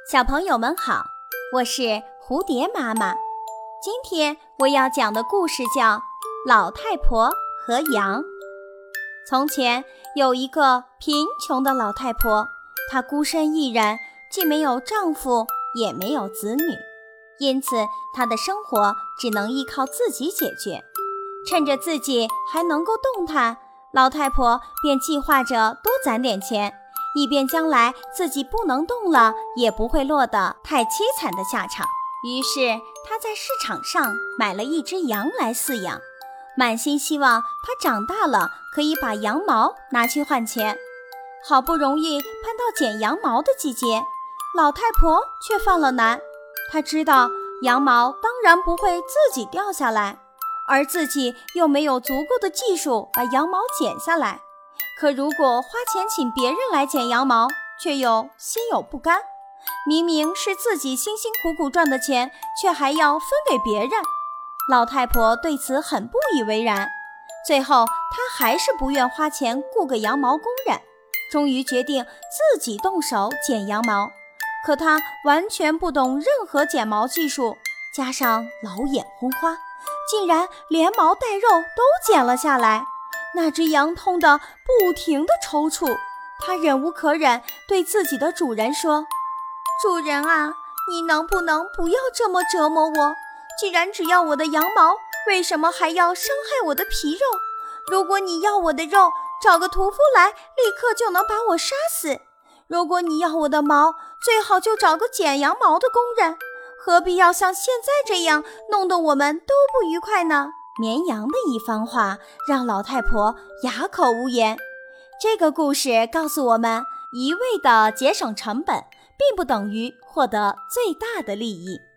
小朋友们好，我是蝴蝶妈妈。今天我要讲的故事叫《老太婆和羊》。从前有一个贫穷的老太婆，她孤身一人，既没有丈夫，也没有子女，因此她的生活只能依靠自己解决。趁着自己还能够动弹，老太婆便计划着多攒点钱，以便将来自己不能动了，也不会落得太凄惨的下场。于是她在市场上买了一只羊来饲养，满心希望它长大了可以把羊毛拿去换钱。好不容易盼到剪羊毛的季节，老太婆却犯了难。她知道羊毛当然不会自己掉下来，而自己又没有足够的技术把羊毛剪下来。可如果花钱请别人来剪羊毛，却又心有不甘。明明是自己辛辛苦苦赚的钱，却还要分给别人。老太婆对此很不以为然，最后她还是不愿花钱雇个羊毛工人，终于决定自己动手剪羊毛。可她完全不懂任何剪毛技术，加上老眼昏花，竟然连毛带肉都剪了下来。那只羊痛得不停地抽搐，它忍无可忍，对自己的主人说：主人啊，你能不能不要这么折磨我？既然只要我的羊毛，为什么还要伤害我的皮肉？如果你要我的肉，找个屠夫来，立刻就能把我杀死。如果你要我的毛，最好就找个剪羊毛的工人，何必要像现在这样，弄得我们都不愉快呢？绵羊的一番话让老太婆哑口无言。这个故事告诉我们，一味地节省成本，并不等于获得最大的利益。